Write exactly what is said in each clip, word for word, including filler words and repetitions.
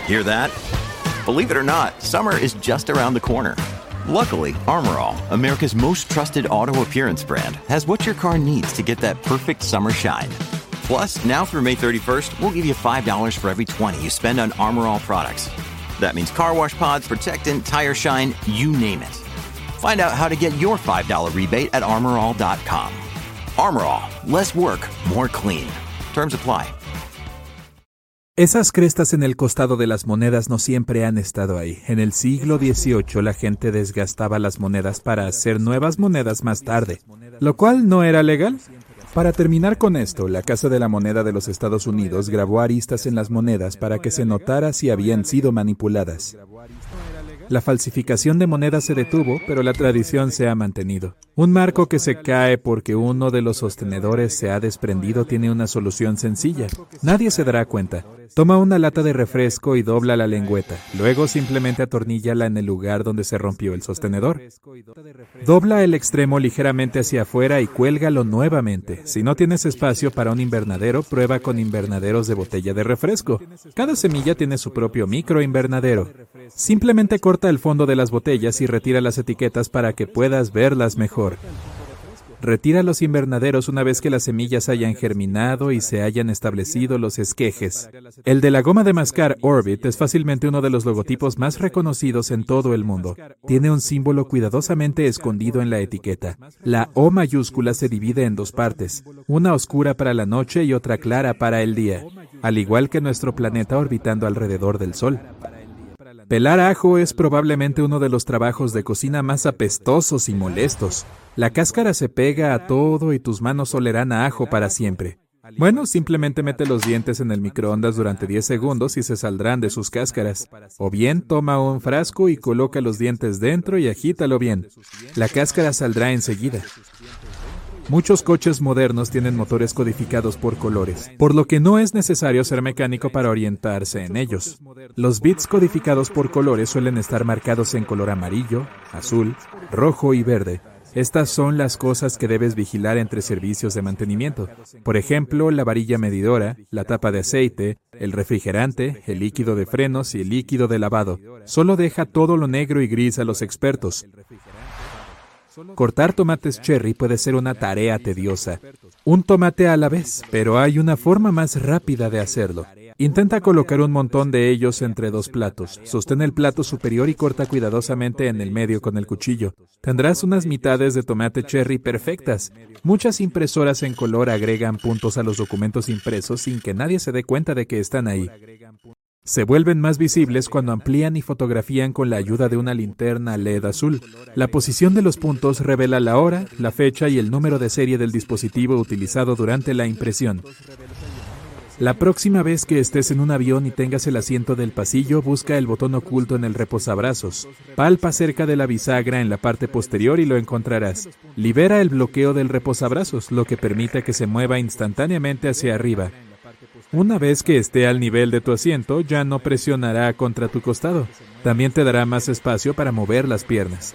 Hear that? Believe it or not, summer is just around the corner. Luckily, Armor All, America's most trusted auto appearance brand, has what your car needs to get that perfect summer shine. Plus, now through May thirty-first, we'll give you five dollars for every twenty you spend on Armor All products. That means car wash pods, protectant, tire shine, you name it. Find out how to get your five dollars rebate at armor all dot com. Armor All, less work, more clean. Terms apply. Esas crestas en el costado de las monedas no siempre han estado ahí. En el siglo dieciocho la gente desgastaba las monedas para hacer nuevas monedas más tarde, lo cual no era legal. Para terminar con esto, la Casa de la Moneda de los Estados Unidos grabó aristas en las monedas para que se notara si habían sido manipuladas. La falsificación de monedas se detuvo, pero la tradición se ha mantenido. Un marco que se cae porque uno de los sostenedores se ha desprendido tiene una solución sencilla. Nadie se dará cuenta. Toma una lata de refresco y dobla la lengüeta. Luego simplemente atorníllala en el lugar donde se rompió el sostenedor. Dobla el extremo ligeramente hacia afuera y cuélgalo nuevamente. Si no tienes espacio para un invernadero, prueba con invernaderos de botella de refresco. Cada semilla tiene su propio micro invernadero. Simplemente corta el fondo de las botellas y retira las etiquetas para que puedas verlas mejor. Retira los invernaderos una vez que las semillas hayan germinado y se hayan establecido los esquejes. El de la goma de mascar Orbit es fácilmente uno de los logotipos más reconocidos en todo el mundo. Tiene un símbolo cuidadosamente escondido en la etiqueta. La O mayúscula se divide en dos partes, una oscura para la noche y otra clara para el día, al igual que nuestro planeta orbitando alrededor del Sol. Pelar ajo es probablemente uno de los trabajos de cocina más apestosos y molestos. La cáscara se pega a todo y tus manos olerán a ajo para siempre. Bueno, simplemente mete los dientes en el microondas durante diez segundos y se saldrán de sus cáscaras. O bien, toma un frasco y coloca los dientes dentro y agítalo bien. La cáscara saldrá enseguida. Muchos coches modernos tienen motores codificados por colores, por lo que no es necesario ser mecánico para orientarse en ellos. Los bits codificados por colores suelen estar marcados en color amarillo, azul, rojo y verde. Estas son las cosas que debes vigilar entre servicios de mantenimiento. Por ejemplo, la varilla medidora, la tapa de aceite, el refrigerante, el líquido de frenos y el líquido de lavado. Solo deja todo lo negro y gris a los expertos. Cortar tomates cherry puede ser una tarea tediosa. Un tomate a la vez, pero hay una forma más rápida de hacerlo. Intenta colocar un montón de ellos entre dos platos. Sostén el plato superior y corta cuidadosamente en el medio con el cuchillo. Tendrás unas mitades de tomate cherry perfectas. Muchas impresoras en color agregan puntos a los documentos impresos sin que nadie se dé cuenta de que están ahí. Se vuelven más visibles cuando amplían y fotografían con la ayuda de una linterna L E D azul. La posición de los puntos revela la hora, la fecha y el número de serie del dispositivo utilizado durante la impresión. La próxima vez que estés en un avión y tengas el asiento del pasillo, busca el botón oculto en el reposabrazos. Palpa cerca de la bisagra en la parte posterior y lo encontrarás. Libera el bloqueo del reposabrazos, lo que permite que se mueva instantáneamente hacia arriba. Una vez que esté al nivel de tu asiento, ya no presionará contra tu costado. También te dará más espacio para mover las piernas.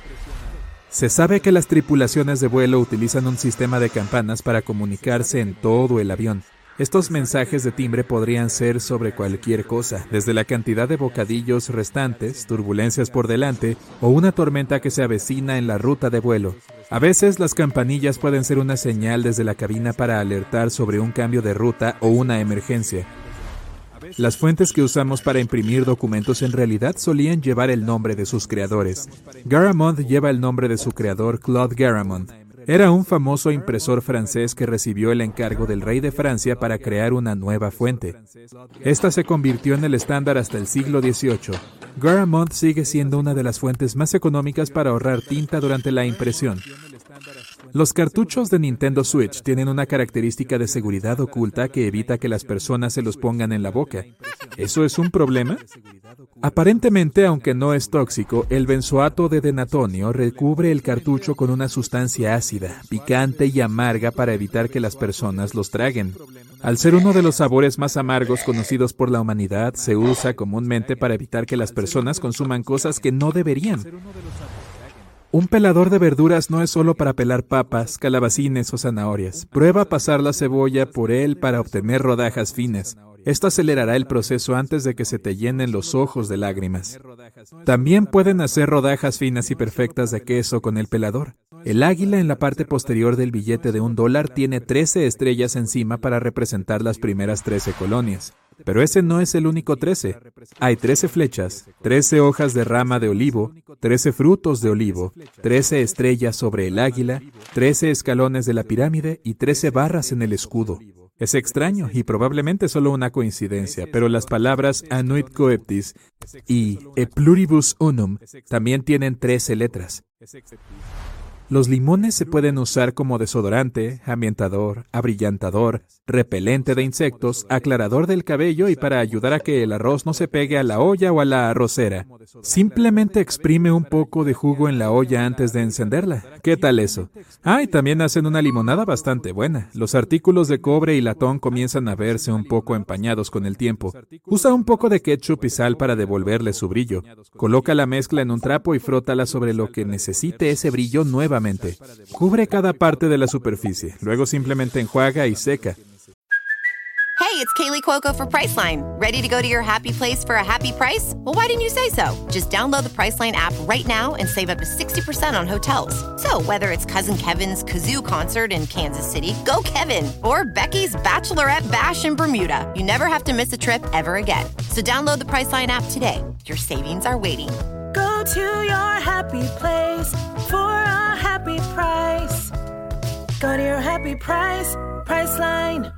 Se sabe que las tripulaciones de vuelo utilizan un sistema de campanas para comunicarse en todo el avión. Estos mensajes de timbre podrían ser sobre cualquier cosa, desde la cantidad de bocadillos restantes, turbulencias por delante o una tormenta que se avecina en la ruta de vuelo. A veces las campanillas pueden ser una señal desde la cabina para alertar sobre un cambio de ruta o una emergencia. Las fuentes que usamos para imprimir documentos en realidad solían llevar el nombre de sus creadores. Garamond lleva el nombre de su creador, Claude Garamond. Era un famoso impresor francés que recibió el encargo del rey de Francia para crear una nueva fuente. Esta se convirtió en el estándar hasta el siglo dieciocho. Garamond sigue siendo una de las fuentes más económicas para ahorrar tinta durante la impresión. Los cartuchos de Nintendo Switch tienen una característica de seguridad oculta que evita que las personas se los pongan en la boca. ¿Eso es un problema? Aparentemente, aunque no es tóxico, el benzoato de denatonio recubre el cartucho con una sustancia ácida, picante y amarga para evitar que las personas los traguen. Al ser uno de los sabores más amargos conocidos por la humanidad, se usa comúnmente para evitar que las personas consuman cosas que no deberían. Un pelador de verduras no es solo para pelar papas, calabacines o zanahorias. Prueba pasar la cebolla por él para obtener rodajas finas. Esto acelerará el proceso antes de que se te llenen los ojos de lágrimas. También pueden hacer rodajas finas y perfectas de queso con el pelador. El águila en la parte posterior del billete de un dólar tiene trece estrellas encima para representar las primeras trece colonias. Pero ese no es el único trece. Hay trece flechas, trece hojas de rama de olivo, trece frutos de olivo, trece estrellas sobre el águila, trece escalones de la pirámide y trece barras en el escudo. Es extraño y probablemente solo una coincidencia, pero las palabras Annuit Coeptis y E Pluribus Unum también tienen trece letras. Los limones se pueden usar como desodorante, ambientador, abrillantador, repelente de insectos, aclarador del cabello y para ayudar a que el arroz no se pegue a la olla o a la arrocera. Simplemente exprime un poco de jugo en la olla antes de encenderla. ¿Qué tal eso? Ah, y también hacen una limonada bastante buena. Los artículos de cobre y latón comienzan a verse un poco empañados con el tiempo. Usa un poco de ketchup y sal para devolverle su brillo. Coloca la mezcla en un trapo y frótala sobre lo que necesite ese brillo nuevamente. Cubre cada parte de la superficie, luego simplemente enjuaga y seca. Hey, it's Kaylee Cuoco for Priceline. Ready to go to your happy place for a happy price? Well, why didn't you say so? Just download the Priceline app right now and save up to sixty percent on hotels. So whether it's Cousin Kevin's Kazoo Concert in Kansas City, go Kevin, or Becky's Bachelorette Bash in Bermuda, you never have to miss a trip ever again. So download the Priceline app today. Your savings are waiting. Go to your happy place for a happy price. Go to your happy price, Priceline.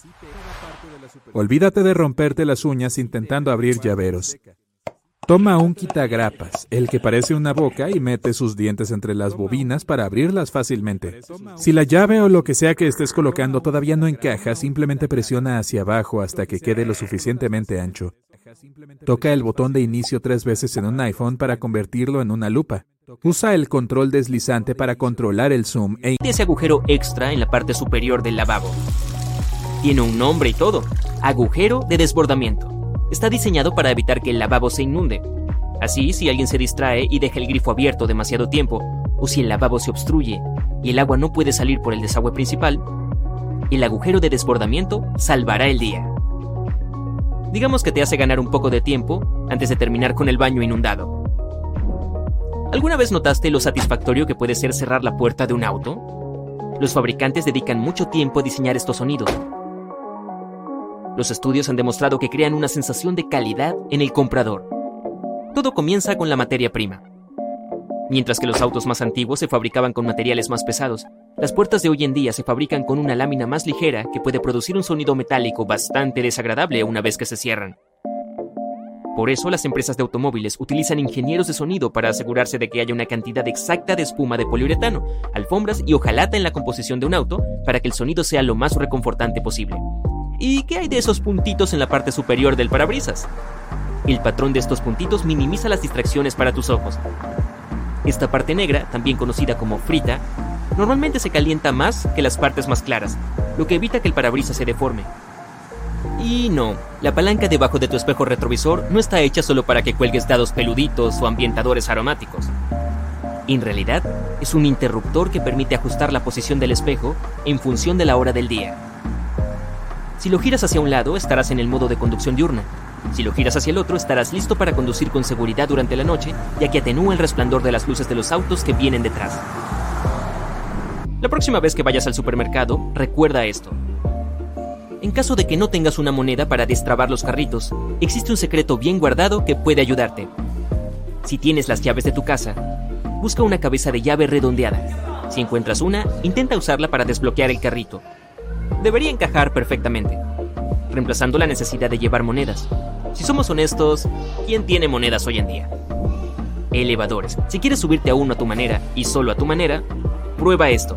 Olvídate de romperte las uñas intentando abrir llaveros. Toma un quitagrapas, el que parece una boca, y mete sus dientes entre las bobinas para abrirlas fácilmente. Si la llave o lo que sea que estés colocando todavía no encaja, simplemente presiona hacia abajo hasta que quede lo suficientemente ancho. Toca el botón de inicio tres veces en un iPhone para convertirlo en una lupa. Usa el control deslizante para controlar el zoom e ese agujero extra en la parte superior del lavabo. Tiene un nombre y todo: agujero de desbordamiento. Está diseñado para evitar que el lavabo se inunde. Así, si alguien se distrae y deja el grifo abierto demasiado tiempo, o si el lavabo se obstruye y el agua no puede salir por el desagüe principal, el agujero de desbordamiento salvará el día. Digamos que te hace ganar un poco de tiempo antes de terminar con el baño inundado. ¿Alguna vez notaste lo satisfactorio que puede ser cerrar la puerta de un auto? Los fabricantes dedican mucho tiempo a diseñar estos sonidos. Los estudios han demostrado que crean una sensación de calidad en el comprador. Todo comienza con la materia prima. Mientras que los autos más antiguos se fabricaban con materiales más pesados, las puertas de hoy en día se fabrican con una lámina más ligera que puede producir un sonido metálico bastante desagradable una vez que se cierran. Por eso las empresas de automóviles utilizan ingenieros de sonido para asegurarse de que haya una cantidad exacta de espuma de poliuretano, alfombras y hojalata en la composición de un auto para que el sonido sea lo más reconfortante posible. ¿Y qué hay de esos puntitos en la parte superior del parabrisas? El patrón de estos puntitos minimiza las distracciones para tus ojos. Esta parte negra, también conocida como frita, normalmente se calienta más que las partes más claras, lo que evita que el parabrisas se deforme. Y no, la palanca debajo de tu espejo retrovisor no está hecha solo para que cuelgues dados peluditos o ambientadores aromáticos. En realidad, es un interruptor que permite ajustar la posición del espejo en función de la hora del día. Si lo giras hacia un lado, estarás en el modo de conducción diurna. Si lo giras hacia el otro, estarás listo para conducir con seguridad durante la noche, ya que atenúa el resplandor de las luces de los autos que vienen detrás. La próxima vez que vayas al supermercado, recuerda esto. En caso de que no tengas una moneda para destrabar los carritos, existe un secreto bien guardado que puede ayudarte. Si tienes las llaves de tu casa, busca una cabeza de llave redondeada. Si encuentras una, intenta usarla para desbloquear el carrito. Debería encajar perfectamente, reemplazando la necesidad de llevar monedas. Si somos honestos, ¿quién tiene monedas hoy en día? Elevadores. Si quieres subirte a uno a tu manera, y solo a tu manera, prueba esto.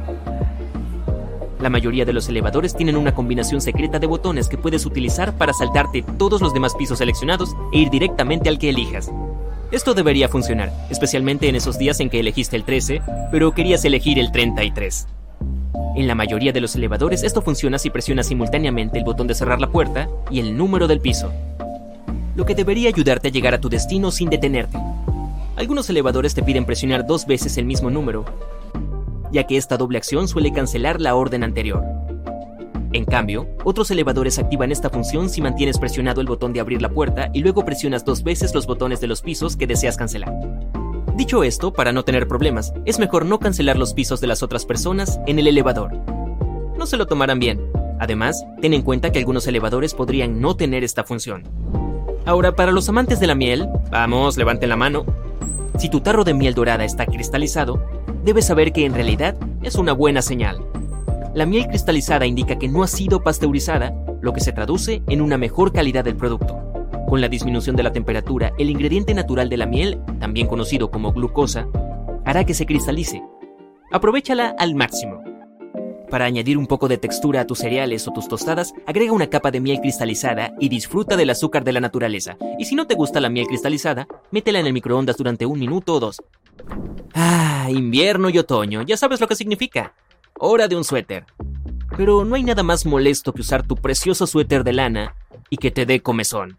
La mayoría de los elevadores tienen una combinación secreta de botones que puedes utilizar para saltarte todos los demás pisos seleccionados e ir directamente al que elijas. Esto debería funcionar, especialmente en esos días en que elegiste el trece, pero querías elegir el treinta y tres. En la mayoría de los elevadores esto funciona si presionas simultáneamente el botón de cerrar la puerta y el número del piso, lo que debería ayudarte a llegar a tu destino sin detenerte. Algunos elevadores te piden presionar dos veces el mismo número, ya que esta doble acción suele cancelar la orden anterior. En cambio, otros elevadores activan esta función si mantienes presionado el botón de abrir la puerta y luego presionas dos veces los botones de los pisos que deseas cancelar. Dicho esto, para no tener problemas, es mejor no cancelar los pisos de las otras personas en el elevador. No se lo tomarán bien. Además, ten en cuenta que algunos elevadores podrían no tener esta función. Ahora, para los amantes de la miel, vamos, levanten la mano. Si tu tarro de miel dorada está cristalizado, debes saber que en realidad es una buena señal. La miel cristalizada indica que no ha sido pasteurizada, lo que se traduce en una mejor calidad del producto. Con la disminución de la temperatura, el ingrediente natural de la miel, también conocido como glucosa, hará que se cristalice. Aprovéchala al máximo. Para añadir un poco de textura a tus cereales o tus tostadas, agrega una capa de miel cristalizada y disfruta del azúcar de la naturaleza. Y si no te gusta la miel cristalizada, métela en el microondas durante un minuto o dos. Ah, invierno y otoño, ya sabes lo que significa. Hora de un suéter. Pero no hay nada más molesto que usar tu precioso suéter de lana y que te dé comezón.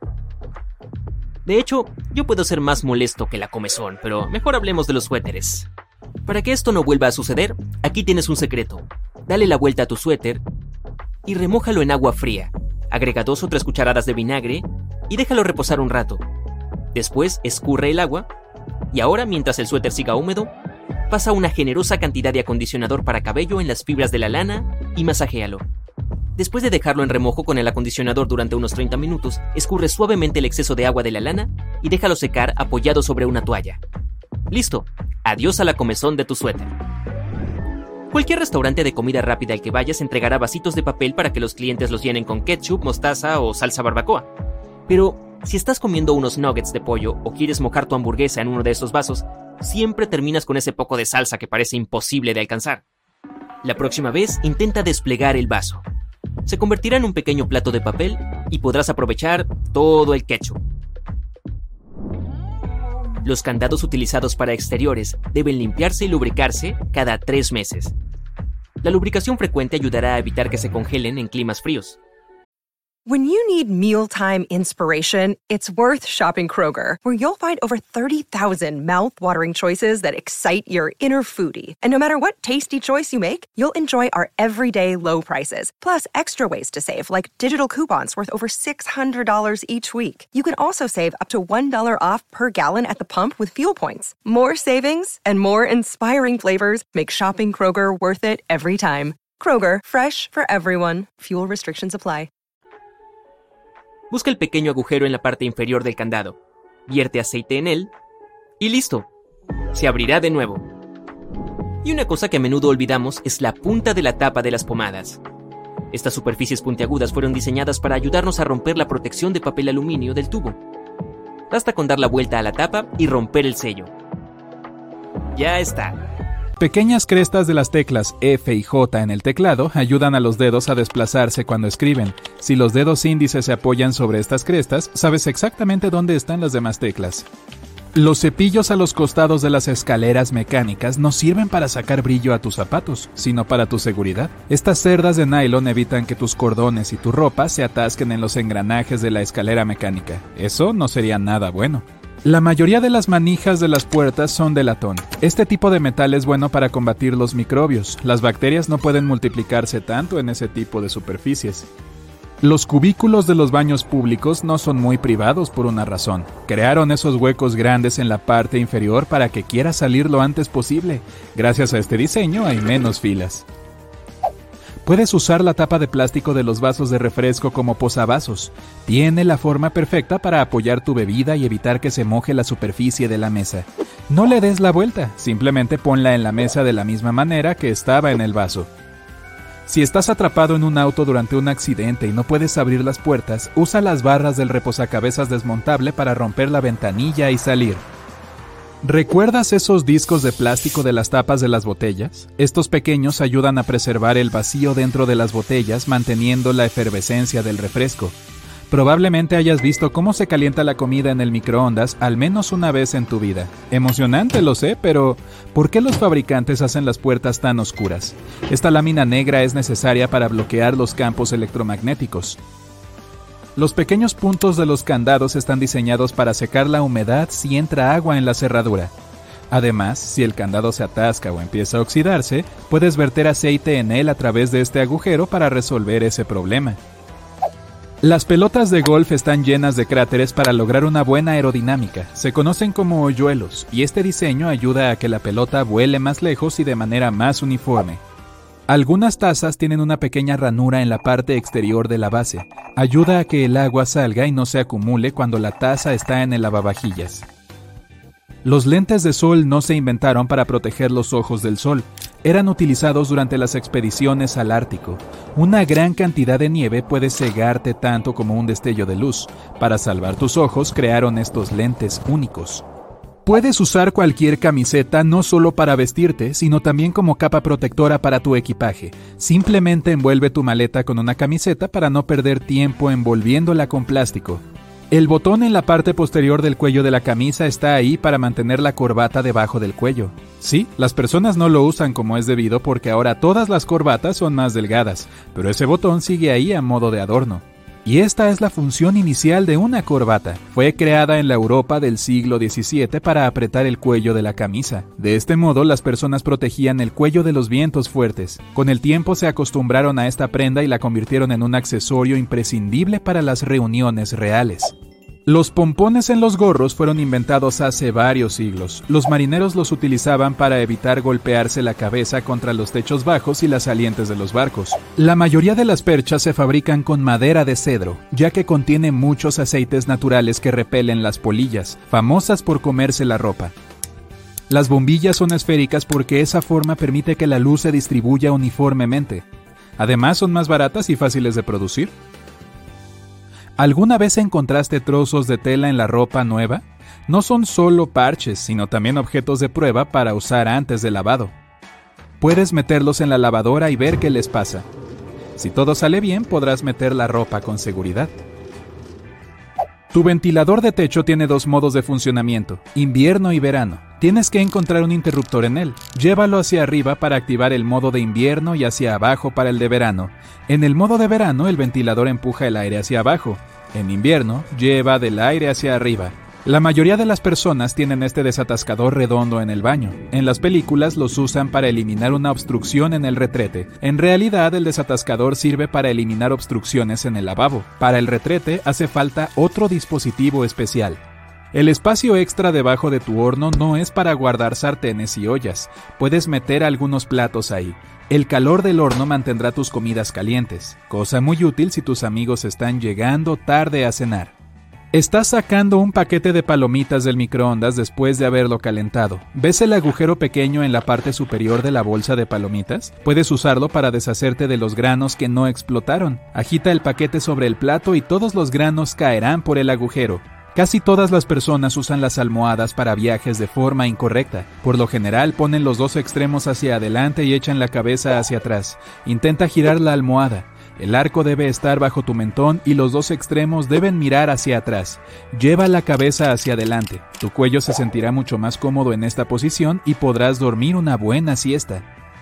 De hecho, yo puedo ser más molesto que la comezón, pero mejor hablemos de los suéteres. Para que esto no vuelva a suceder, aquí tienes un secreto. Dale la vuelta a tu suéter y remójalo en agua fría. Agrega dos o tres cucharadas de vinagre y déjalo reposar un rato. Después, escurre el agua y ahora, mientras el suéter siga húmedo, pasa una generosa cantidad de acondicionador para cabello en las fibras de la lana y masajéalo. Después de dejarlo en remojo con el acondicionador durante unos treinta minutos, escurre suavemente el exceso de agua de la lana y déjalo secar apoyado sobre una toalla. ¡Listo! Adiós a la comezón de tu suéter. Cualquier restaurante de comida rápida al que vayas entregará vasitos de papel para que los clientes los llenen con ketchup, mostaza o salsa barbacoa. Pero si estás comiendo unos nuggets de pollo o quieres mojar tu hamburguesa en uno de esos vasos, siempre terminas con ese poco de salsa que parece imposible de alcanzar. La próxima vez, intenta desplegar el vaso. Se convertirá en un pequeño plato de papel y podrás aprovechar todo el ketchup. Los candados utilizados para exteriores deben limpiarse y lubricarse cada tres meses. La lubricación frecuente ayudará a evitar que se congelen en climas fríos. When you need mealtime inspiration, it's worth shopping Kroger, where you'll find over thirty thousand mouth-watering choices that excite your inner foodie. And no matter what tasty choice you make, you'll enjoy our everyday low prices, plus extra ways to save, like digital coupons worth over six hundred dollars each week. You can also save up to one dollar off per gallon at the pump with fuel points. More savings and more inspiring flavors make shopping Kroger worth it every time. Kroger, fresh for everyone. Fuel restrictions apply. Busca el pequeño agujero en la parte inferior del candado, vierte aceite en él y listo. Se abrirá de nuevo. Y una cosa que a menudo olvidamos es la punta de la tapa de las pomadas. Estas superficies puntiagudas fueron diseñadas para ayudarnos a romper la protección de papel aluminio del tubo. Basta con dar la vuelta a la tapa y romper el sello. Ya está. Pequeñas crestas de las teclas F y J en el teclado ayudan a los dedos a desplazarse cuando escriben. Si los dedos índices se apoyan sobre estas crestas, sabes exactamente dónde están las demás teclas. Los cepillos a los costados de las escaleras mecánicas no sirven para sacar brillo a tus zapatos, sino para tu seguridad. Estas cerdas de nylon evitan que tus cordones y tu ropa se atasquen en los engranajes de la escalera mecánica. Eso no sería nada bueno. La mayoría de las manijas de las puertas son de latón. Este tipo de metal es bueno para combatir los microbios. Las bacterias no pueden multiplicarse tanto en ese tipo de superficies. Los cubículos de los baños públicos no son muy privados por una razón. Crearon esos huecos grandes en la parte inferior para que quieras salir lo antes posible. Gracias a este diseño hay menos filas. Puedes usar la tapa de plástico de los vasos de refresco como posavasos. Tiene la forma perfecta para apoyar tu bebida y evitar que se moje la superficie de la mesa. No le des la vuelta, simplemente ponla en la mesa de la misma manera que estaba en el vaso. Si estás atrapado en un auto durante un accidente y no puedes abrir las puertas, usa las barras del reposacabezas desmontable para romper la ventanilla y salir. ¿Recuerdas esos discos de plástico de las tapas de las botellas? Estos pequeños ayudan a preservar el vacío dentro de las botellas, manteniendo la efervescencia del refresco. Probablemente hayas visto cómo se calienta la comida en el microondas al menos una vez en tu vida. Emocionante, lo sé, pero ¿por qué los fabricantes hacen las puertas tan oscuras? Esta lámina negra es necesaria para bloquear los campos electromagnéticos. Los pequeños puntos de los candados están diseñados para secar la humedad si entra agua en la cerradura. Además, si el candado se atasca o empieza a oxidarse, puedes verter aceite en él a través de este agujero para resolver ese problema. Las pelotas de golf están llenas de cráteres para lograr una buena aerodinámica. Se conocen como hoyuelos, y este diseño ayuda a que la pelota vuele más lejos y de manera más uniforme. Algunas tazas tienen una pequeña ranura en la parte exterior de la base. Ayuda a que el agua salga y no se acumule cuando la taza está en el lavavajillas. Los lentes de sol no se inventaron para proteger los ojos del sol. Eran utilizados durante las expediciones al Ártico. Una gran cantidad de nieve puede cegarte tanto como un destello de luz. Para salvar tus ojos, crearon estos lentes únicos. Puedes usar cualquier camiseta no solo para vestirte, sino también como capa protectora para tu equipaje. Simplemente envuelve tu maleta con una camiseta para no perder tiempo envolviéndola con plástico. El botón en la parte posterior del cuello de la camisa está ahí para mantener la corbata debajo del cuello. Sí, las personas no lo usan como es debido porque ahora todas las corbatas son más delgadas, pero ese botón sigue ahí a modo de adorno. Y esta es la función inicial de una corbata. Fue creada en la Europa del siglo diecisiete para apretar el cuello de la camisa. De este modo, las personas protegían el cuello de los vientos fuertes. Con el tiempo se acostumbraron a esta prenda y la convirtieron en un accesorio imprescindible para las reuniones reales. Los pompones en los gorros fueron inventados hace varios siglos. Los marineros los utilizaban para evitar golpearse la cabeza contra los techos bajos y las salientes de los barcos. La mayoría de las perchas se fabrican con madera de cedro, ya que contiene muchos aceites naturales que repelen las polillas, famosas por comerse la ropa. Las bombillas son esféricas porque esa forma permite que la luz se distribuya uniformemente. Además, son más baratas y fáciles de producir. ¿Alguna vez encontraste trozos de tela en la ropa nueva? No son solo parches, sino también objetos de prueba para usar antes del lavado. Puedes meterlos en la lavadora y ver qué les pasa. Si todo sale bien, podrás meter la ropa con seguridad. Tu ventilador de techo tiene dos modos de funcionamiento, invierno y verano. Tienes que encontrar un interruptor en él. Llévalo hacia arriba para activar el modo de invierno y hacia abajo para el de verano. En el modo de verano, el ventilador empuja el aire hacia abajo. En invierno, lleva del aire hacia arriba. La mayoría de las personas tienen este desatascador redondo en el baño. En las películas los usan para eliminar una obstrucción en el retrete. En realidad, el desatascador sirve para eliminar obstrucciones en el lavabo. Para el retrete hace falta otro dispositivo especial. El espacio extra debajo de tu horno no es para guardar sartenes y ollas. Puedes meter algunos platos ahí. El calor del horno mantendrá tus comidas calientes, cosa muy útil si tus amigos están llegando tarde a cenar. Estás sacando un paquete de palomitas del microondas después de haberlo calentado. ¿Ves el agujero pequeño en la parte superior de la bolsa de palomitas? Puedes usarlo para deshacerte de los granos que no explotaron. Agita el paquete sobre el plato y todos los granos caerán por el agujero. Casi todas las personas usan las almohadas para viajes de forma incorrecta. Por lo general ponen los dos extremos hacia adelante y echan la cabeza hacia atrás. Intenta girar la almohada. El arco debe estar bajo tu mentón y los dos extremos deben mirar hacia atrás. Lleva la cabeza hacia adelante. Tu cuello se sentirá mucho más cómodo en esta posición y podrás dormir una buena siesta.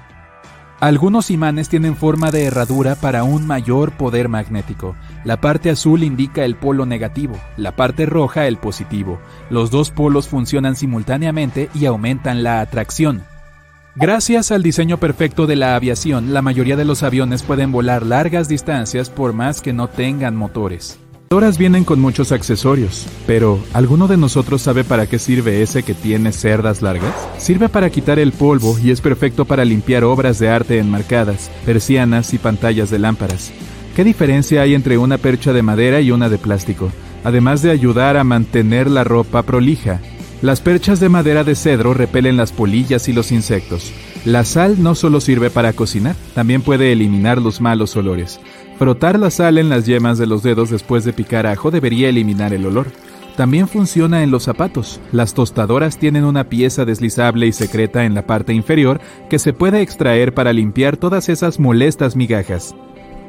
Algunos imanes tienen forma de herradura para un mayor poder magnético. La parte azul indica el polo negativo, la parte roja el positivo. Los dos polos funcionan simultáneamente y aumentan la atracción. Gracias al diseño perfecto de la aviación, la mayoría de los aviones pueden volar largas distancias por más que no tengan motores. Las vienen con muchos accesorios, pero ¿alguno de nosotros sabe para qué sirve ese que tiene cerdas largas? Sirve para quitar el polvo y es perfecto para limpiar obras de arte enmarcadas, persianas y pantallas de lámparas. ¿Qué diferencia hay entre una percha de madera y una de plástico? Además de ayudar a mantener la ropa prolija. Las perchas de madera de cedro repelen las polillas y los insectos. La sal no solo sirve para cocinar, también puede eliminar los malos olores. Frotar la sal en las yemas de los dedos después de picar ajo debería eliminar el olor. También funciona en los zapatos. Las tostadoras tienen una pieza deslizable y secreta en la parte inferior que se puede extraer para limpiar todas esas molestas migajas.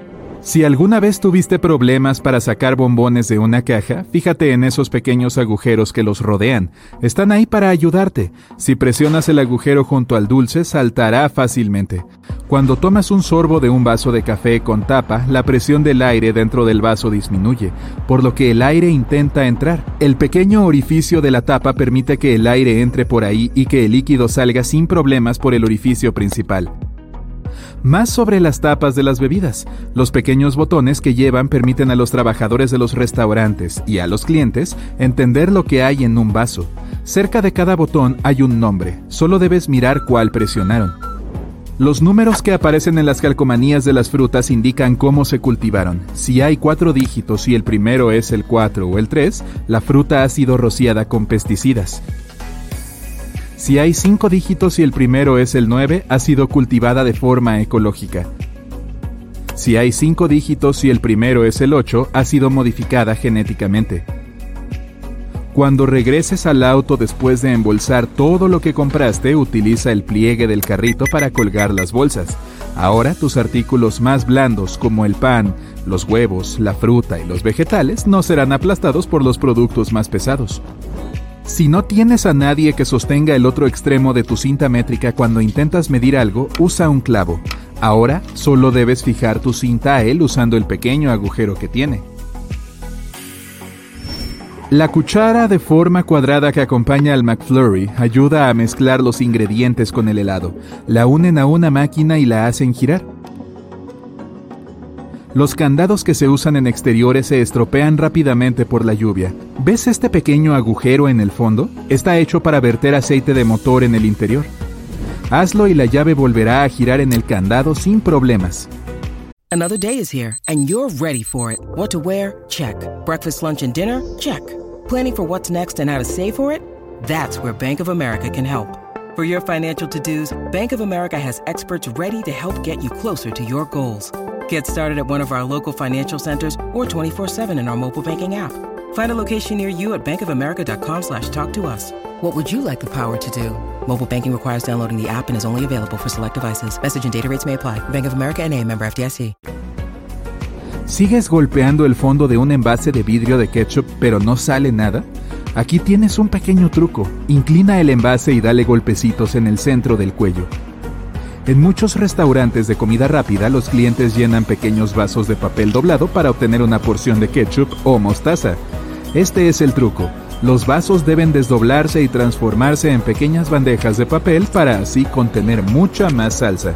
Si alguna vez tuviste problemas para sacar bombones de una caja, fíjate en esos pequeños agujeros que los rodean. Están ahí para ayudarte. Si presionas el agujero junto al dulce, saltará fácilmente. Cuando tomas un sorbo de un vaso de café con tapa, la presión del aire dentro del vaso disminuye, por lo que el aire intenta entrar. El pequeño orificio de la tapa permite que el aire entre por ahí y que el líquido salga sin problemas por el orificio principal. Más sobre las tapas de las bebidas. Los pequeños botones que llevan permiten a los trabajadores de los restaurantes y a los clientes entender lo que hay en un vaso. Cerca de cada botón hay un nombre, solo debes mirar cuál presionaron. Los números que aparecen en las calcomanías de las frutas indican cómo se cultivaron. Si hay cuatro dígitos y el primero es el cuatro o el tres, la fruta ha sido rociada con pesticidas. Si hay cinco dígitos y el primero es el nueve, ha sido cultivada de forma ecológica. Si hay cinco dígitos y el primero es el ocho, ha sido modificada genéticamente. Cuando regreses al auto después de embolsar todo lo que compraste, utiliza el pliegue del carrito para colgar las bolsas. Ahora tus artículos más blandos como el pan, los huevos, la fruta y los vegetales no serán aplastados por los productos más pesados. Si no tienes a nadie que sostenga el otro extremo de tu cinta métrica cuando intentas medir algo, usa un clavo. Ahora solo debes fijar tu cinta a él usando el pequeño agujero que tiene. La cuchara de forma cuadrada que acompaña al McFlurry ayuda a mezclar los ingredientes con el helado. La unen a una máquina y la hacen girar. Los candados que se usan en exteriores se estropean rápidamente por la lluvia. ¿Ves este pequeño agujero en el fondo? Está hecho para verter aceite de motor en el interior. Hazlo y la llave volverá a girar en el candado sin problemas. Another day is here, and you're ready for it. What to wear? Check. Breakfast, lunch, and dinner? Check. Planning for what's next and how to save for it? That's where Bank of America can help. For your financial to-dos, Bank of America has experts ready to help get you closer to your goals. Get started at one of our local financial centers or twenty-four seven in our mobile banking app. Find a location near you at bankofamerica.com slash talk to us. What would you like the power to do? Mobile banking requires downloading the app and is only available for select devices. Message and data rates may apply. Bank of America N A, member F D I C. ¿Sigues golpeando el fondo de un envase de vidrio de ketchup pero no sale nada? Aquí tienes un pequeño truco. Inclina el envase y dale golpecitos en el centro del cuello. En muchos restaurantes de comida rápida, los clientes llenan pequeños vasos de papel doblado para obtener una porción de ketchup o mostaza. Este es el truco. Los vasos deben desdoblarse y transformarse en pequeñas bandejas de papel para así contener mucha más salsa.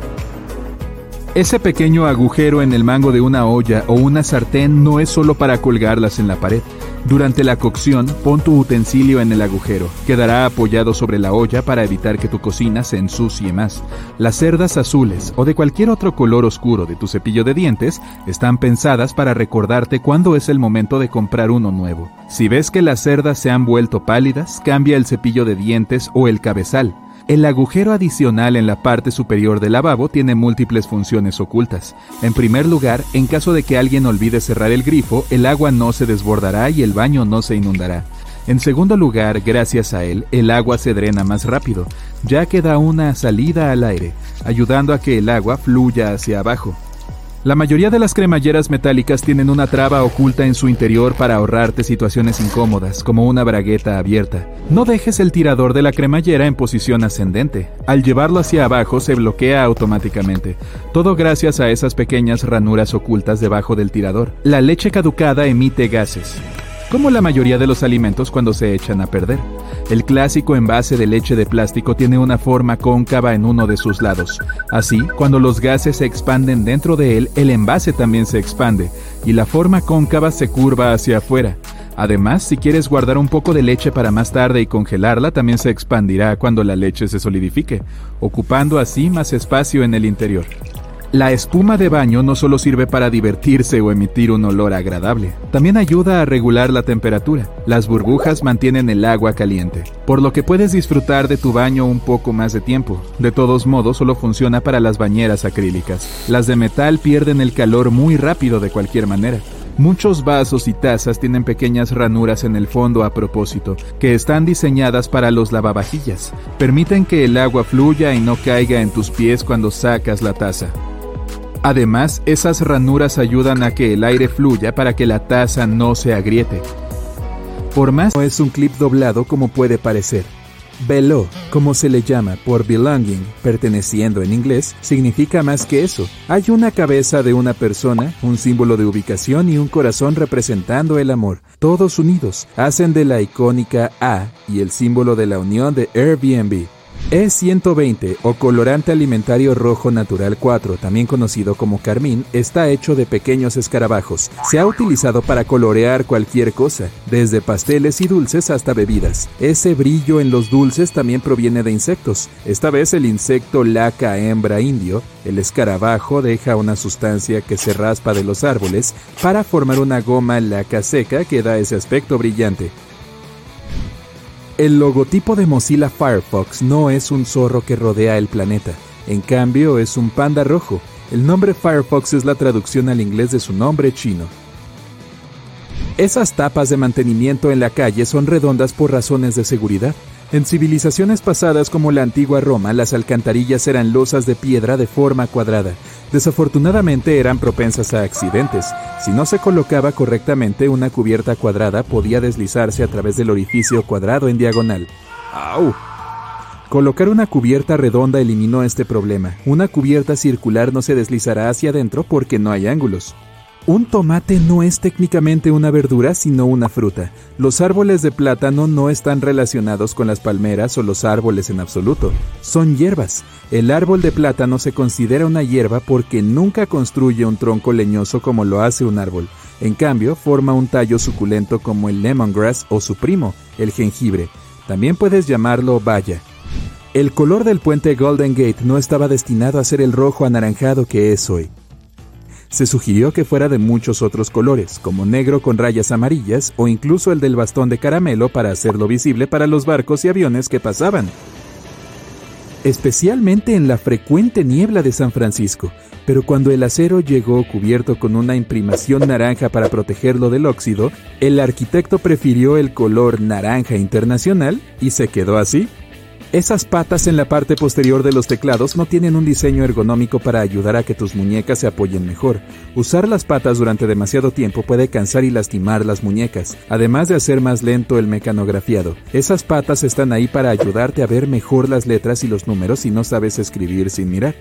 Ese pequeño agujero en el mango de una olla o una sartén no es solo para colgarlas en la pared. Durante la cocción, pon tu utensilio en el agujero. Quedará apoyado sobre la olla para evitar que tu cocina se ensucie más. Las cerdas azules o de cualquier otro color oscuro de tu cepillo de dientes están pensadas para recordarte cuándo es el momento de comprar uno nuevo. Si ves que las cerdas se han vuelto pálidas, cambia el cepillo de dientes o el cabezal. El agujero adicional en la parte superior del lavabo tiene múltiples funciones ocultas. En primer lugar, en caso de que alguien olvide cerrar el grifo, el agua no se desbordará y el baño no se inundará. En segundo lugar, gracias a él, el agua se drena más rápido, ya que da una salida al aire, ayudando a que el agua fluya hacia abajo. La mayoría de las cremalleras metálicas tienen una traba oculta en su interior para ahorrarte situaciones incómodas, como una bragueta abierta. No dejes el tirador de la cremallera en posición ascendente. Al llevarlo hacia abajo se bloquea automáticamente. Todo gracias a esas pequeñas ranuras ocultas debajo del tirador. La leche caducada emite gases, como la mayoría de los alimentos cuando se echan a perder. El clásico envase de leche de plástico tiene una forma cóncava en uno de sus lados. Así, cuando los gases se expanden dentro de él, el envase también se expande, y la forma cóncava se curva hacia afuera. Además, si quieres guardar un poco de leche para más tarde y congelarla, también se expandirá cuando la leche se solidifique, ocupando así más espacio en el interior. La espuma de baño no solo sirve para divertirse o emitir un olor agradable, también ayuda a regular la temperatura. Las burbujas mantienen el agua caliente, por lo que puedes disfrutar de tu baño un poco más de tiempo. De todos modos, solo funciona para las bañeras acrílicas. Las de metal pierden el calor muy rápido de cualquier manera. Muchos vasos y tazas tienen pequeñas ranuras en el fondo a propósito, que están diseñadas para los lavavajillas. Permiten que el agua fluya y no caiga en tus pies cuando sacas la taza. Además, esas ranuras ayudan a que el aire fluya para que la taza no se agriete. Por más no es un clip doblado como puede parecer. Below, como se le llama por belonging, perteneciendo en inglés, significa más que eso. Hay una cabeza de una persona, un símbolo de ubicación y un corazón representando el amor. Todos unidos, hacen de la icónica A y el símbolo de la unión de Airbnb. E ciento veinte o colorante alimentario rojo natural cuatro, también conocido como carmín, está hecho de pequeños escarabajos. Se ha utilizado para colorear cualquier cosa, desde pasteles y dulces hasta bebidas. Ese brillo en los dulces también proviene de insectos. Esta vez el insecto laca hembra indio. El escarabajo deja una sustancia que se raspa de los árboles para formar una goma laca seca que da ese aspecto brillante. El logotipo de Mozilla Firefox no es un zorro que rodea el planeta. En cambio, es un panda rojo. El nombre Firefox es la traducción al inglés de su nombre chino. Esas tapas de mantenimiento en la calle son redondas por razones de seguridad. En civilizaciones pasadas como la antigua Roma, las alcantarillas eran losas de piedra de forma cuadrada. Desafortunadamente eran propensas a accidentes. Si no se colocaba correctamente, una cubierta cuadrada podía deslizarse a través del orificio cuadrado en diagonal. ¡Au! Colocar una cubierta redonda eliminó este problema. Una cubierta circular no se deslizará hacia adentro porque no hay ángulos. Un tomate no es técnicamente una verdura, sino una fruta. Los árboles de plátano no están relacionados con las palmeras o los árboles en absoluto. Son hierbas. El árbol de plátano se considera una hierba porque nunca construye un tronco leñoso como lo hace un árbol. En cambio, forma un tallo suculento como el lemongrass o su primo, el jengibre. También puedes llamarlo baya. El color del puente Golden Gate no estaba destinado a ser el rojo anaranjado que es hoy. Se sugirió que fuera de muchos otros colores, como negro con rayas amarillas o incluso el del bastón de caramelo para hacerlo visible para los barcos y aviones que pasaban. Especialmente en la frecuente niebla de San Francisco, pero cuando el acero llegó cubierto con una imprimación naranja para protegerlo del óxido, el arquitecto prefirió el color naranja internacional y se quedó así. Esas patas en la parte posterior de los teclados no tienen un diseño ergonómico para ayudar a que tus muñecas se apoyen mejor. Usar las patas durante demasiado tiempo puede cansar y lastimar las muñecas, además de hacer más lento el mecanografiado. Esas patas están ahí para ayudarte a ver mejor las letras y los números si no sabes escribir sin mirar.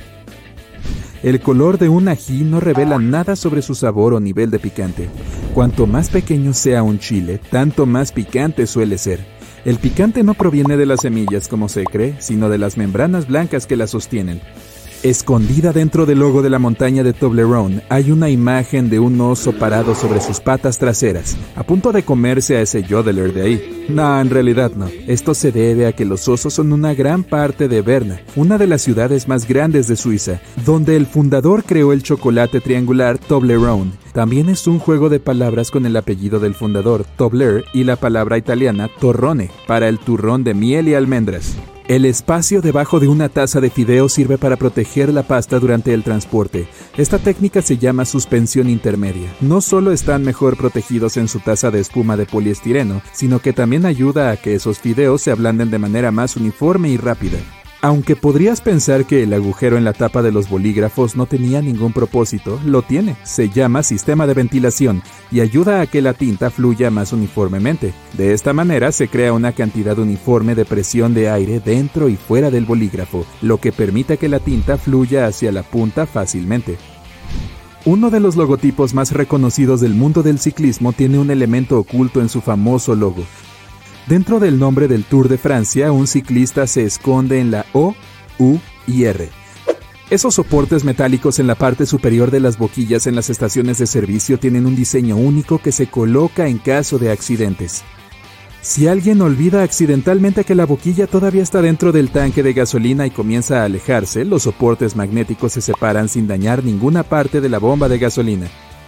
El color de un ají no revela nada sobre su sabor o nivel de picante. Cuanto más pequeño sea un chile, tanto más picante suele ser. El picante no proviene de las semillas como se cree, sino de las membranas blancas que las sostienen. Escondida dentro del logo de la montaña de Toblerone hay una imagen de un oso parado sobre sus patas traseras, a punto de comerse a ese yodeler de ahí. No, en realidad no. Esto se debe a que los osos son una gran parte de Berna, una de las ciudades más grandes de Suiza, donde el fundador creó el chocolate triangular Toblerone. También es un juego de palabras con el apellido del fundador, Tobler, y la palabra italiana torrone, para el turrón de miel y almendras. El espacio debajo de una taza de fideo sirve para proteger la pasta durante el transporte. Esta técnica se llama suspensión intermedia. No solo están mejor protegidos en su taza de espuma de poliestireno, sino que también ayuda a que esos fideos se ablanden de manera más uniforme y rápida. Aunque podrías pensar que el agujero en la tapa de los bolígrafos no tenía ningún propósito, lo tiene. Se llama sistema de ventilación y ayuda a que la tinta fluya más uniformemente. De esta manera se crea una cantidad uniforme de presión de aire dentro y fuera del bolígrafo, lo que permite que la tinta fluya hacia la punta fácilmente. Uno de los logotipos más reconocidos del mundo del ciclismo tiene un elemento oculto en su famoso logo. Dentro del nombre del Tour de Francia, un ciclista se esconde en la O, U y R. Esos soportes metálicos en la parte superior de las boquillas en las estaciones de servicio tienen un diseño único que se coloca en caso de accidentes. Si alguien olvida accidentalmente que la boquilla todavía está dentro del tanque de gasolina y comienza a alejarse, los soportes magnéticos se separan sin dañar ninguna parte de la bomba de gasolina.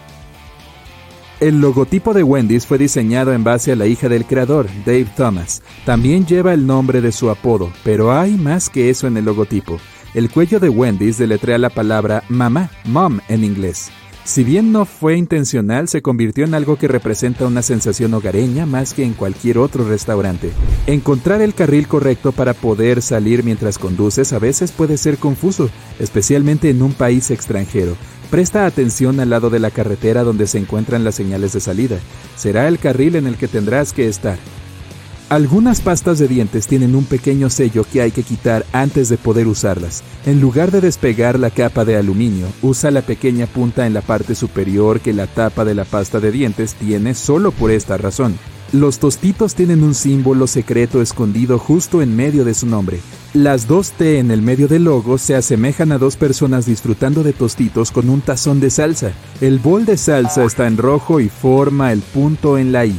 El logotipo de Wendy's fue diseñado en base a la hija del creador, Dave Thomas. También lleva el nombre de su apodo, pero hay más que eso en el logotipo. El cuello de Wendy's deletrea la palabra mamá, mom en inglés. Si bien no fue intencional, se convirtió en algo que representa una sensación hogareña más que en cualquier otro restaurante. Encontrar el carril correcto para poder salir mientras conduces a veces puede ser confuso, especialmente en un país extranjero. Presta atención al lado de la carretera donde se encuentran las señales de salida. Será el carril en el que tendrás que estar. Algunas pastas de dientes tienen un pequeño sello que hay que quitar antes de poder usarlas. En lugar de despegar la capa de aluminio, usa la pequeña punta en la parte superior que la tapa de la pasta de dientes tiene solo por esta razón. Los tostitos tienen un símbolo secreto escondido justo en medio de su nombre. Las dos T en el medio del logo se asemejan a dos personas disfrutando de tostitos con un tazón de salsa. El bol de salsa está en rojo y forma el punto en la I.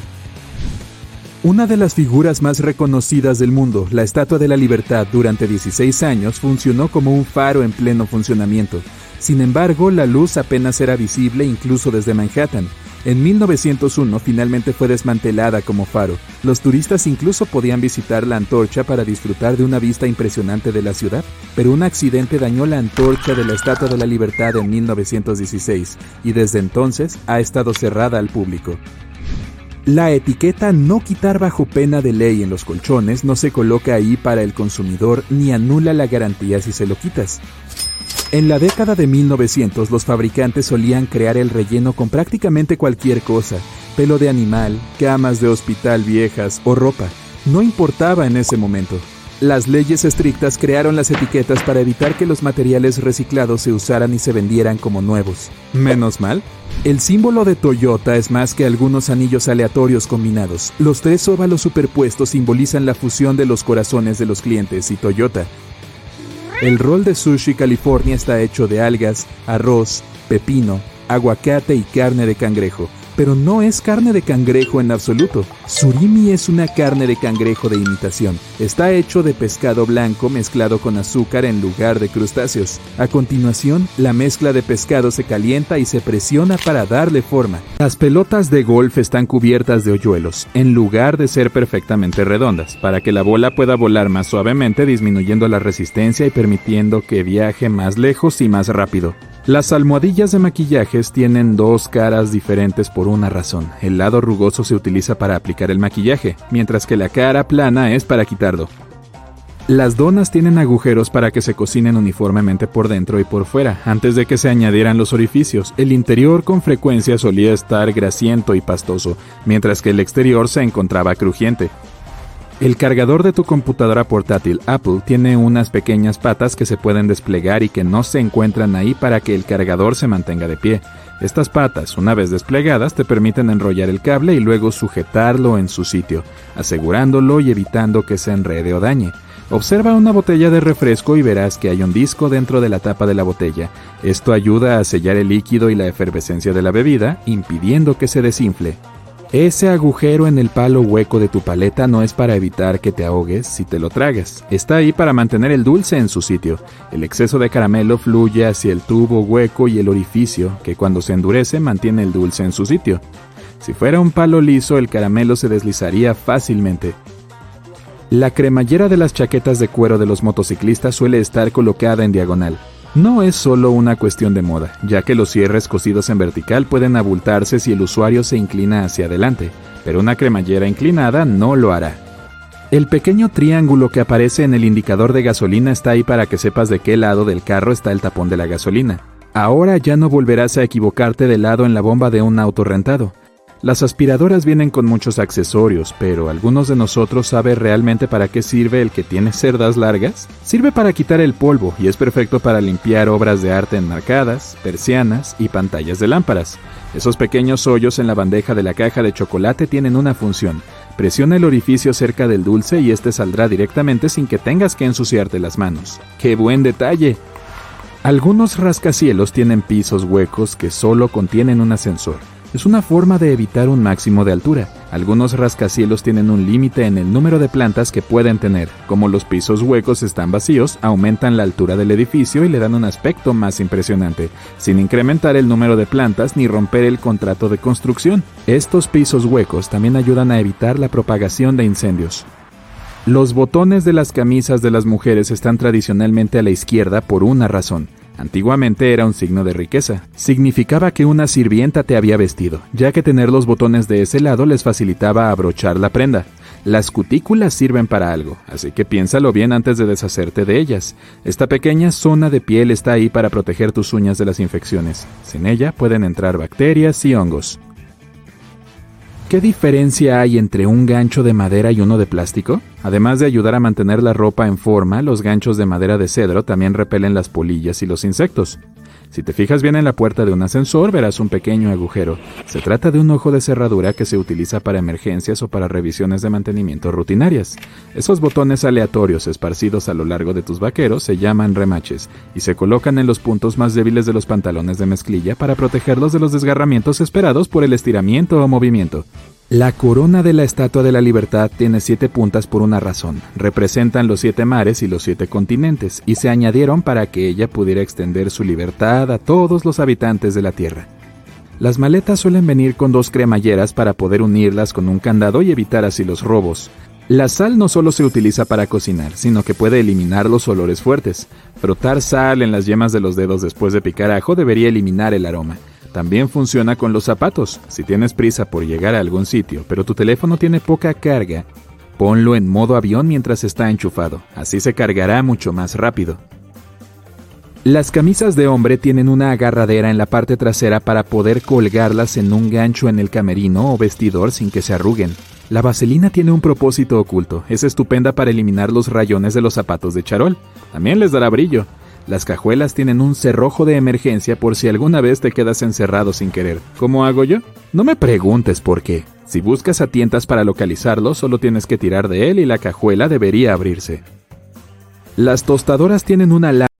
Una de las figuras más reconocidas del mundo, la Estatua de la Libertad, durante dieciséis años funcionó como un faro en pleno funcionamiento. Sin embargo, la luz apenas era visible incluso desde Manhattan. En mil novecientos uno finalmente fue desmantelada como faro. Los turistas incluso podían visitar la antorcha para disfrutar de una vista impresionante de la ciudad, pero un accidente dañó la antorcha de la Estatua de la Libertad en mil novecientos dieciséis y desde entonces ha estado cerrada al público. La etiqueta "no quitar bajo pena de ley" en los colchones no se coloca ahí para el consumidor ni anula la garantía si se lo quitas. En la década de mil novecientos, los fabricantes solían crear el relleno con prácticamente cualquier cosa: pelo de animal, camas de hospital viejas o ropa. No importaba en ese momento. Las leyes estrictas crearon las etiquetas para evitar que los materiales reciclados se usaran y se vendieran como nuevos. Menos mal. El símbolo de Toyota es más que algunos anillos aleatorios combinados. Los tres óvalos superpuestos simbolizan la fusión de los corazones de los clientes y Toyota. El rol de Sushi California está hecho de algas, arroz, pepino, aguacate y carne de cangrejo. Pero no es carne de cangrejo en absoluto. Surimi es una carne de cangrejo de imitación. Está hecho de pescado blanco mezclado con azúcar en lugar de crustáceos. A continuación, la mezcla de pescado se calienta y se presiona para darle forma. Las pelotas de golf están cubiertas de hoyuelos, en lugar de ser perfectamente redondas, para que la bola pueda volar más suavemente, disminuyendo la resistencia y permitiendo que viaje más lejos y más rápido. Las almohadillas de maquillajes tienen dos caras diferentes por una razón. El lado rugoso se utiliza para aplicar el maquillaje, mientras que la cara plana es para quitarlo. Las donas tienen agujeros para que se cocinen uniformemente por dentro y por fuera, antes de que se añadieran los orificios. El interior con frecuencia solía estar grasiento y pastoso, mientras que el exterior se encontraba crujiente. El cargador de tu computadora portátil Apple tiene unas pequeñas patas que se pueden desplegar y que no se encuentran ahí para que el cargador se mantenga de pie. Estas patas, una vez desplegadas, te permiten enrollar el cable y luego sujetarlo en su sitio, asegurándolo y evitando que se enrede o dañe. Observa una botella de refresco y verás que hay un disco dentro de la tapa de la botella. Esto ayuda a sellar el líquido y la efervescencia de la bebida, impidiendo que se desinfle. Ese agujero en el palo hueco de tu paleta no es para evitar que te ahogues si te lo tragas. Está ahí para mantener el dulce en su sitio. El exceso de caramelo fluye hacia el tubo hueco y el orificio, que cuando se endurece mantiene el dulce en su sitio. Si fuera un palo liso, el caramelo se deslizaría fácilmente. La cremallera de las chaquetas de cuero de los motociclistas suele estar colocada en diagonal. No es solo una cuestión de moda, ya que los cierres cosidos en vertical pueden abultarse si el usuario se inclina hacia adelante, pero una cremallera inclinada no lo hará. El pequeño triángulo que aparece en el indicador de gasolina está ahí para que sepas de qué lado del carro está el tapón de la gasolina. Ahora ya no volverás a equivocarte de lado en la bomba de un auto rentado. Las aspiradoras vienen con muchos accesorios, pero ¿algunos de nosotros sabe realmente para qué sirve el que tiene cerdas largas? Sirve para quitar el polvo y es perfecto para limpiar obras de arte enmarcadas, persianas y pantallas de lámparas. Esos pequeños hoyos en la bandeja de la caja de chocolate tienen una función. Presiona el orificio cerca del dulce y este saldrá directamente sin que tengas que ensuciarte las manos. ¡Qué buen detalle! Algunos rascacielos tienen pisos huecos que solo contienen un ascensor. Es una forma de evitar un máximo de altura. Algunos rascacielos tienen un límite en el número de plantas que pueden tener. Como los pisos huecos están vacíos, aumentan la altura del edificio y le dan un aspecto más impresionante, sin incrementar el número de plantas ni romper el contrato de construcción. Estos pisos huecos también ayudan a evitar la propagación de incendios. Los botones de las camisas de las mujeres están tradicionalmente a la izquierda por una razón. Antiguamente era un signo de riqueza. Significaba que una sirvienta te había vestido, ya que tener los botones de ese lado les facilitaba abrochar la prenda. Las cutículas sirven para algo, así que piénsalo bien antes de deshacerte de ellas. Esta pequeña zona de piel está ahí para proteger tus uñas de las infecciones. Sin ella pueden entrar bacterias y hongos. ¿Qué diferencia hay entre un gancho de madera y uno de plástico? Además de ayudar a mantener la ropa en forma, los ganchos de madera de cedro también repelen las polillas y los insectos. Si te fijas bien en la puerta de un ascensor, verás un pequeño agujero. Se trata de un ojo de cerradura que se utiliza para emergencias o para revisiones de mantenimiento rutinarias. Esos botones aleatorios esparcidos a lo largo de tus vaqueros se llaman remaches y se colocan en los puntos más débiles de los pantalones de mezclilla para protegerlos de los desgarramientos esperados por el estiramiento o movimiento. La corona de la Estatua de la Libertad tiene siete puntas por una razón. Representan los siete mares y los siete continentes, y se añadieron para que ella pudiera extender su libertad a todos los habitantes de la Tierra. Las maletas suelen venir con dos cremalleras para poder unirlas con un candado y evitar así los robos. La sal no solo se utiliza para cocinar, sino que puede eliminar los olores fuertes. Frotar sal en las yemas de los dedos después de picar ajo debería eliminar el aroma. También funciona con los zapatos. Si tienes prisa por llegar a algún sitio, pero tu teléfono tiene poca carga, ponlo en modo avión mientras está enchufado. Así se cargará mucho más rápido. Las camisas de hombre tienen una agarradera en la parte trasera para poder colgarlas en un gancho en el camerino o vestidor sin que se arruguen. La vaselina tiene un propósito oculto. Es estupenda para eliminar los rayones de los zapatos de charol. También les dará brillo. Las cajuelas tienen un cerrojo de emergencia por si alguna vez te quedas encerrado sin querer. ¿Cómo hago yo? No me preguntes por qué. Si buscas a tientas para localizarlo, solo tienes que tirar de él y la cajuela debería abrirse. Las tostadoras tienen una lámpara